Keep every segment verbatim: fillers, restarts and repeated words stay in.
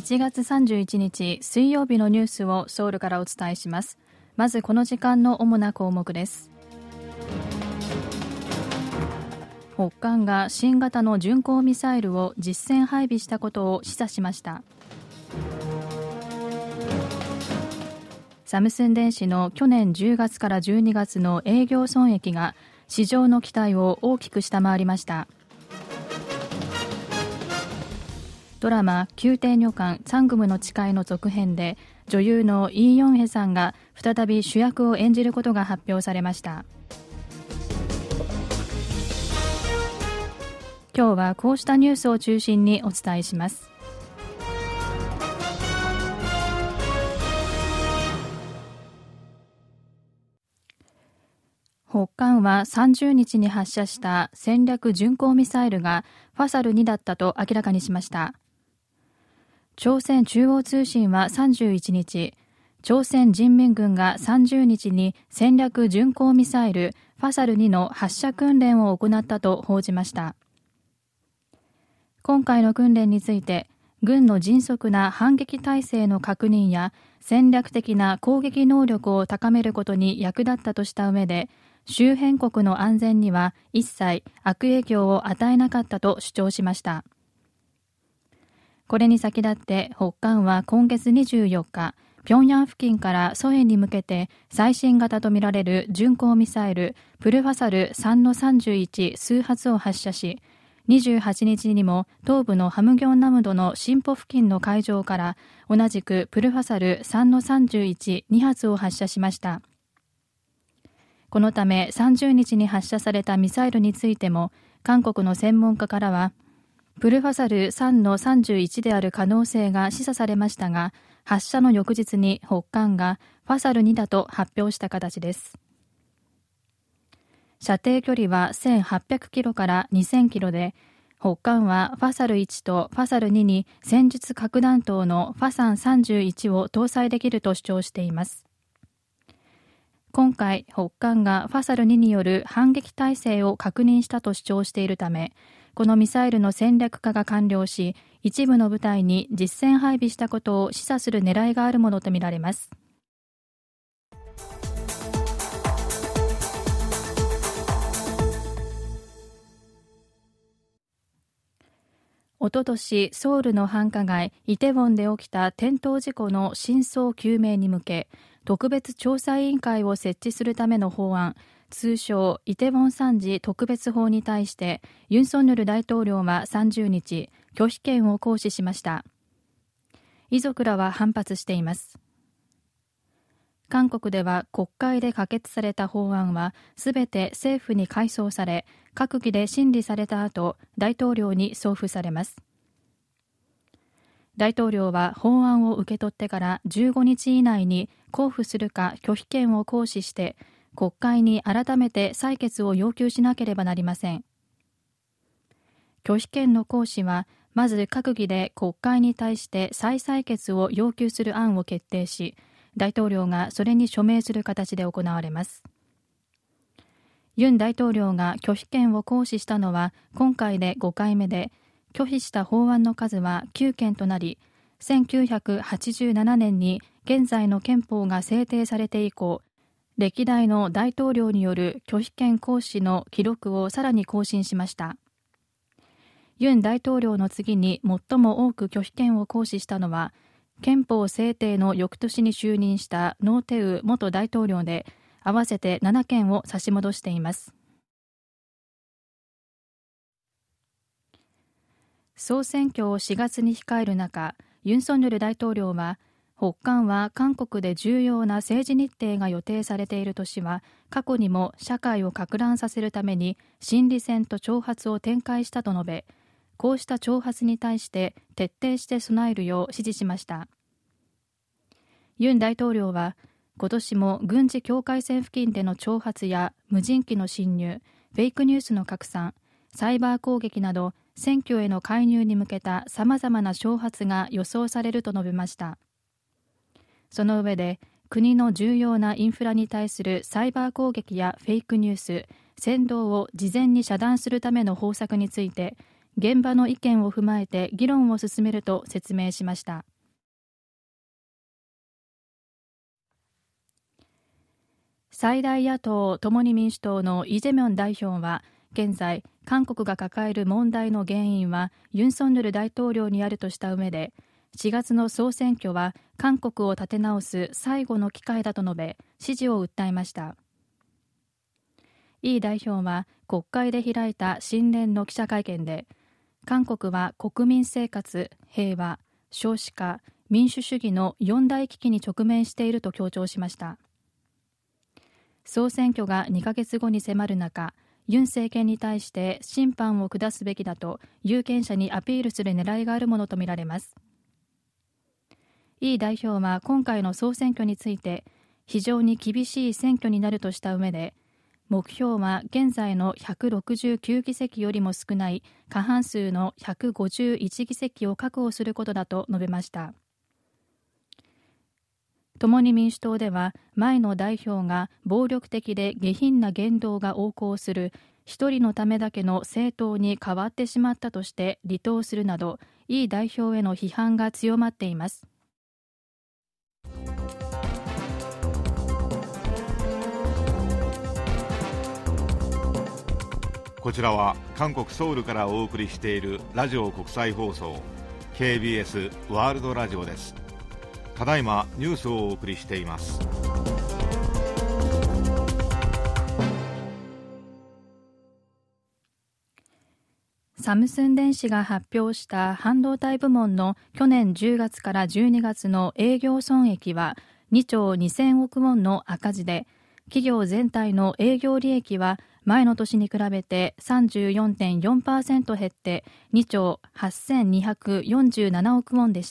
いちがつさんじゅういちにち水曜日のニュースをソウルからお伝えします。まずこの時間の主な項目です。北韓が新型の巡航ミサイルを実戦配備したことを示唆しました。サムスン電子の去年じゅうがつからじゅうにがつの営業損益が市場の期待を大きく下回りました。ドラマ宮廷女官チャングムの誓いの続編で女優のイ・ヨンヘさんが再び主役を演じることが発表されました。今日はこうしたニュースを中心にお伝えします。北韓はさんじゅうにちに発射した戦略巡航ミサイルがファサルにだったと明らかにしました。朝鮮中央通信はさんじゅういちにち、朝鮮人民軍がさんじゅうにちに戦略巡航ミサイルファサルにの発射訓練を行ったと報じました。今回の訓練について、軍の迅速な反撃態勢の確認や戦略的な攻撃能力を高めることに役立ったとした上で、周辺国の安全には一切悪影響を与えなかったと主張しました。これに先立って北韓は今月にじゅうよっか、平壌付近からソヘに向けて最新型とみられる巡航ミサイルプルファサルさんのさんじゅういち数発を発射し、にじゅうはちにちにも東部のハムギョンナムドのシンポ付近の海上から同じくプルファサルさんのさんじゅういち、に発を発射しました。このためさんじゅうにちに発射されたミサイルについても韓国の専門家からはプルファサルさんのさんじゅういちである可能性が示唆されましたが、発射の翌日に北韓がファサルにだと発表した形です。射程距離はせんはっぴゃくキロからにせんキロで、北韓はファサルいちとファサルにに戦術核弾頭のファサンさんじゅういちを搭載できると主張しています。今回、北韓がファサルにによる反撃態勢を確認したと主張しているため、このミサイルの戦略化が完了し、一部の部隊に実戦配備したことを示唆する狙いがあるものとみられます。おととしソウルの繁華街イテウォンで起きた転倒事故の真相究明に向け、特別調査委員会を設置するための法案、通称イテウォン惨事特別法に対してユン・ソンニョル大統領はさんじゅうにち拒否権を行使しました。遺族らは反発しています。韓国では国会で可決された法案はすべて政府に回送され、閣議で審理された後、大統領に送付されます。大統領は法案を受け取ってからじゅうごにち以内に交付するか拒否権を行使して国会に改めて採決を要求しなければなりません。拒否権の行使はまず閣議で国会に対して再採決を要求する案を決定し、大統領がそれに署名する形で行われます。ユン大統領が拒否権を行使したのは今回でごかいめで、拒否した法案の数はきゅうけんとなり、せんきゅうひゃくはちじゅうななねんに現在の憲法が制定されて以降、歴代の大統領による拒否権行使の記録をさらに更新しました。ユン大統領の次に最も多く拒否権を行使したのは、憲法制定の翌年に就任したノーテウ元大統領で、合わせてななけんを差し戻しています。総選挙をしがつに控える中、ユン・ソンニョル大統領は、北韓は韓国で重要な政治日程が予定されている年は、過去にも社会を撹乱させるために心理戦と挑発を展開したと述べ、こうした挑発に対して徹底して備えるよう指示しました。ユン大統領は、今年も軍事境界線付近での挑発や無人機の侵入、フェイクニュースの拡散、サイバー攻撃など選挙への介入に向けたさまざまな挑発が予想されると述べました。その上で、国の重要なインフラに対するサイバー攻撃やフェイクニュース、扇動を事前に遮断するための方策について、現場の意見を踏まえて議論を進めると説明しました。 最大野党共に民主党のイ・ジェミョン代表は現在韓国が抱える問題の原因はユン・ソンニョル大統領にあるとした上で、しがつの総選挙は韓国を立て直す最後の機会だと述べ支持を訴えました。イ代表は国会で開いた新年の記者会見で、韓国は国民生活、平和、少子化、民主主義の四大危機に直面していると強調しました。総選挙がにかげつごに迫る中、ユン政権に対して審判を下すべきだと有権者にアピールする狙いがあるものとみられます。イ代表は今回の総選挙について、非常に厳しい選挙になるとした上で、目標は現在のひゃくろくじゅうきゅうぎせきよりも少ない過半数のひゃくごじゅういちぎせきを確保することだと述べました。共に民主党では前の代表が暴力的で下品な言動が横行する一人のためだけの政党に変わってしまったとして離党するなど、イ代表への批判が強まっています。 こちらは韓国ソウルからお送りしているラジオ国際放送 ケービーエス ワールドラジオです。ただいまニュースをお送りしています。 サムスン電子が発表した半導体部門の去年じゅうがつからじゅうにがつの営業損益はにちょうにせんおくウォンの赤字で、企業全体の営業利益は前の年に比べて さんじゅうよんてんよんパーセント 減ってにちょうはっせんにひゃくよんじゅうななおくウォンでした。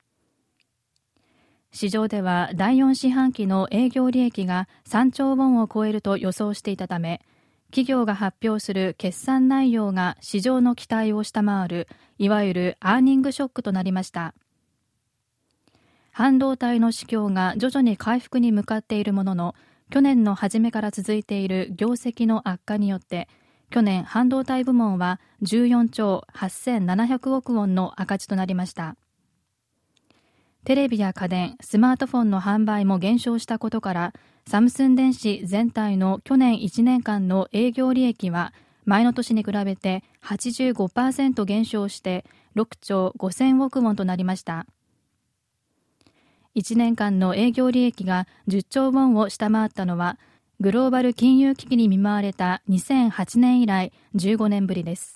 市場ではだいよん四半期の営業利益がさんちょうウォンを超えると予想していたため、企業が発表する決算内容が市場の期待を下回る、いわゆるアーニングショックとなりました。半導体の市況が徐々に回復に向かっているものの、去年の初めから続いている業績の悪化によって、去年半導体部門はじゅうよんちょうはっせんななひゃくおくウォンの赤字となりました。テレビや家電、スマートフォンの販売も減少したことから、サムスン電子全体の去年いちねんかんの営業利益は前の年に比べて はちじゅうごパーセント 減少してろくちょうごせんおくウォンとなりました。いちねんかんの営業利益がじゅっちょうウォンを下回ったのは、グローバル金融危機に見舞われたにせんはちねん以来じゅうごねんぶりです。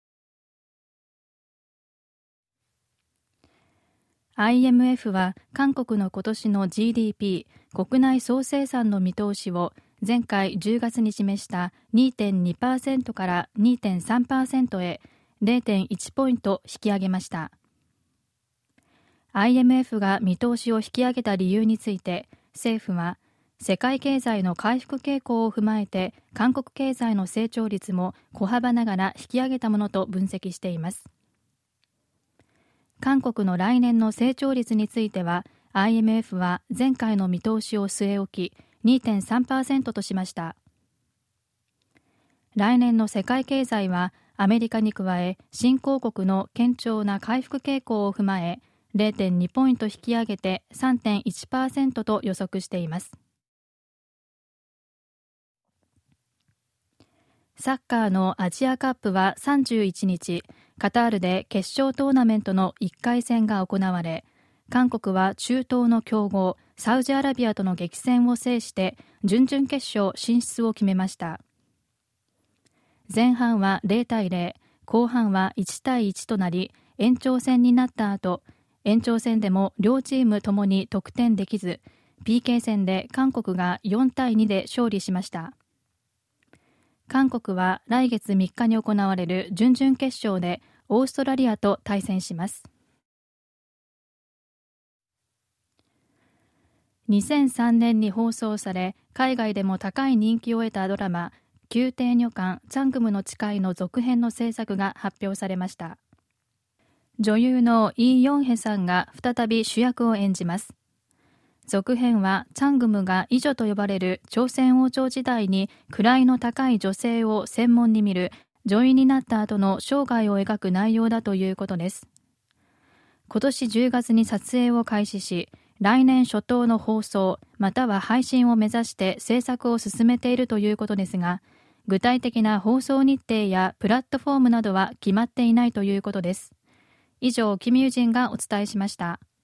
アイエムエフ は韓国の今年の ジーディーピー 国内総生産の見通しを前回じゅうがつに示した にてんにパーセント から にてんさんパーセント へ れいてんいちポイント引き上げました。アイエムエフ が見通しを引き上げた理由について、政府は世界経済の回復傾向を踏まえて韓国経済の成長率も小幅ながら引き上げたものと分析しています。韓国の来年の成長率については アイエムエフ は前回の見通しを据え置き にてんさんパーセント としました。来年の世界経済はアメリカに加え新興国の堅調な回復傾向を踏まえ れいてんにポイント引き上げて さんてんいちパーセント と予測しています。サッカーのアジアカップはさんじゅういちにち、カタールで決勝トーナメントのいっかいせんが行われ、韓国は中東の強豪サウジアラビアとの激戦を制して準々決勝進出を決めました。前半はゼロたいゼロ、後半はいちたいいちとなり、延長戦になった後、延長戦でも両チームともに得点できず、ピーケー 戦で韓国がよんたいにで勝利しました。韓国は来月みっかに行われる準々決勝でオーストラリアと対戦します。にせんさんねんに放送され、海外でも高い人気を得たドラマ、宮廷女官チャングムの誓いの続編の制作が発表されました。女優のイ・ヨンヘさんが再び主役を演じます。続編はチャングムが異女と呼ばれる朝鮮王朝時代に位の高い女性を専門に見る女医になった後の生涯を描く内容だということです。今年じゅうがつに撮影を開始し、 来年初頭の放送または配信を目指して制作を進めているということですが、具体的な放送日程やプラットフォームなどは決まっていないということです。以上、キム・ユジンがお伝えしました。